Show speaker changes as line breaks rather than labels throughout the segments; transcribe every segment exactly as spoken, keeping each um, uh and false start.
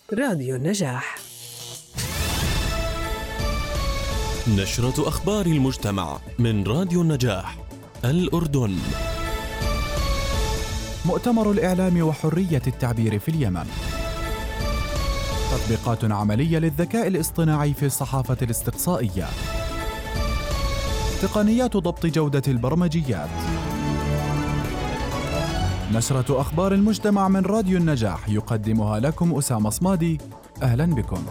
راديو النجاح.
نشرة أخبار المجتمع من راديو النجاح الأردن.
مؤتمر الإعلام وحرية التعبير في اليمن. تطبيقات عملية للذكاء الاصطناعي في الصحافة الاستقصائية. تقنيات ضبط جودة البرمجيات. نشرة أخبار المجتمع من راديو النجاح يقدمها لكم أسامة صمادي. أهلا بكم.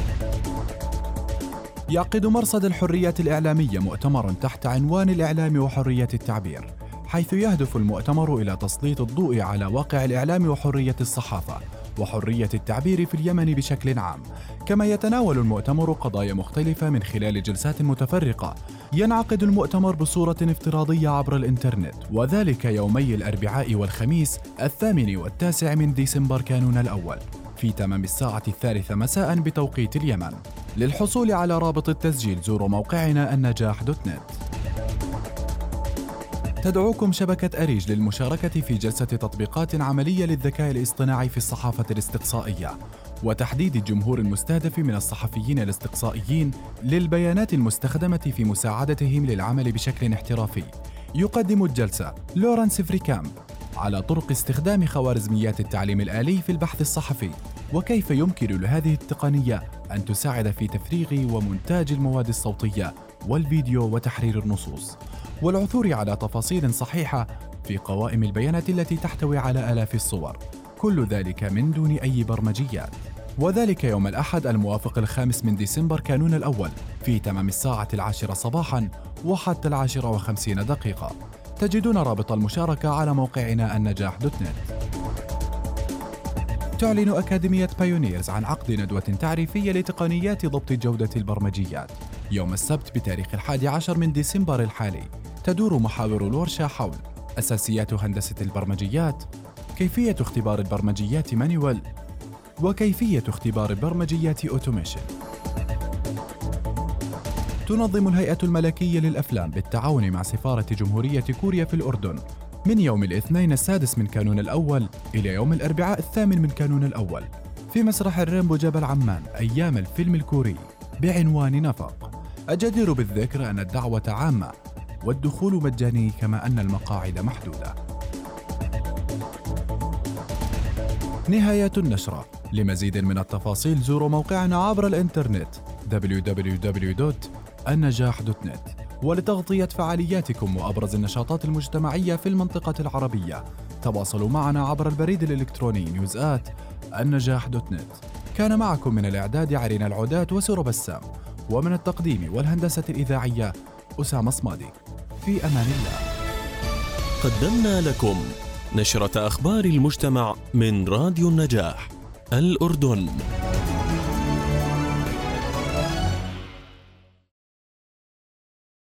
يعقد مرصد الحريات الإعلامية مؤتمر تحت عنوان الإعلام وحرية التعبير، حيث يهدف المؤتمر إلى تسليط الضوء على واقع الإعلام وحرية الصحافة وحرية التعبير في اليمن بشكل عام، كما يتناول المؤتمر قضايا مختلفة من خلال جلسات متفرقة. ينعقد المؤتمر بصورة افتراضية عبر الإنترنت، وذلك يومي الأربعاء والخميس الثامن والتاسع من ديسمبر كانون الأول في تمام الساعة الثالثة مساء بتوقيت اليمن. للحصول على رابط التسجيل زوروا موقعنا النجاح دوت نت. تدعوكم شبكة أريج للمشاركة في جلسة تطبيقات عملية للذكاء الاصطناعي في الصحافة الاستقصائية، وتحديد الجمهور المستهدف من الصحفيين الاستقصائيين للبيانات المستخدمة في مساعدتهم للعمل بشكل احترافي. يقدم الجلسة لورانس فريكامب على طرق استخدام خوارزميات التعليم الآلي في البحث الصحفي، وكيف يمكن لهذه التقنية أن تساعد في تفريغ ومونتاج المواد الصوتية والفيديو وتحرير النصوص، والعثور على تفاصيل صحيحة في قوائم البيانات التي تحتوي على آلاف الصور، كل ذلك من دون أي برمجيات. وذلك يوم الأحد الموافق الخامس من ديسمبر كانون الأول في تمام الساعة العاشرة صباحاً وحتى العاشرة وخمسين دقيقة. تجدون رابط المشاركة على موقعنا النجاح دوت نت. تعلن أكاديمية بايونيرز عن عقد ندوة تعريفية لتقنيات ضبط جودة البرمجيات يوم السبت بتاريخ الحادي عشر من ديسمبر الحالي. تدور محاور الورشة حول أساسيات هندسة البرمجيات، كيفية اختبار البرمجيات مانيوال، وكيفية اختبار البرمجيات أوتوميشن. تنظم الهيئة الملكية للأفلام بالتعاون مع سفارة جمهورية كوريا في الأردن من يوم الاثنين السادس من كانون الأول إلى يوم الأربعاء الثامن من كانون الأول في مسرح الريمبو جبل عمان أيام الفيلم الكوري بعنوان نفق. الجدير بالذكر أن الدعوة عامة والدخول مجاني، كما أن المقاعد محدودة. نهاية النشرة. لمزيد من التفاصيل زوروا موقعنا عبر الإنترنت دبليو دبليو دبليو دوت النجاح دوت نت. ولتغطية فعالياتكم وأبرز النشاطات المجتمعية في المنطقة العربية تواصلوا معنا عبر البريد الإلكتروني نيوز آت النجاح دوت نت. كان معكم من الإعداد عرين العودات وسر بسام، ومن التقديم والهندسة الإذاعية أسامة صمادي. في أمان الله.
قدمنا لكم نشرة أخبار المجتمع من راديو النجاح الأردن.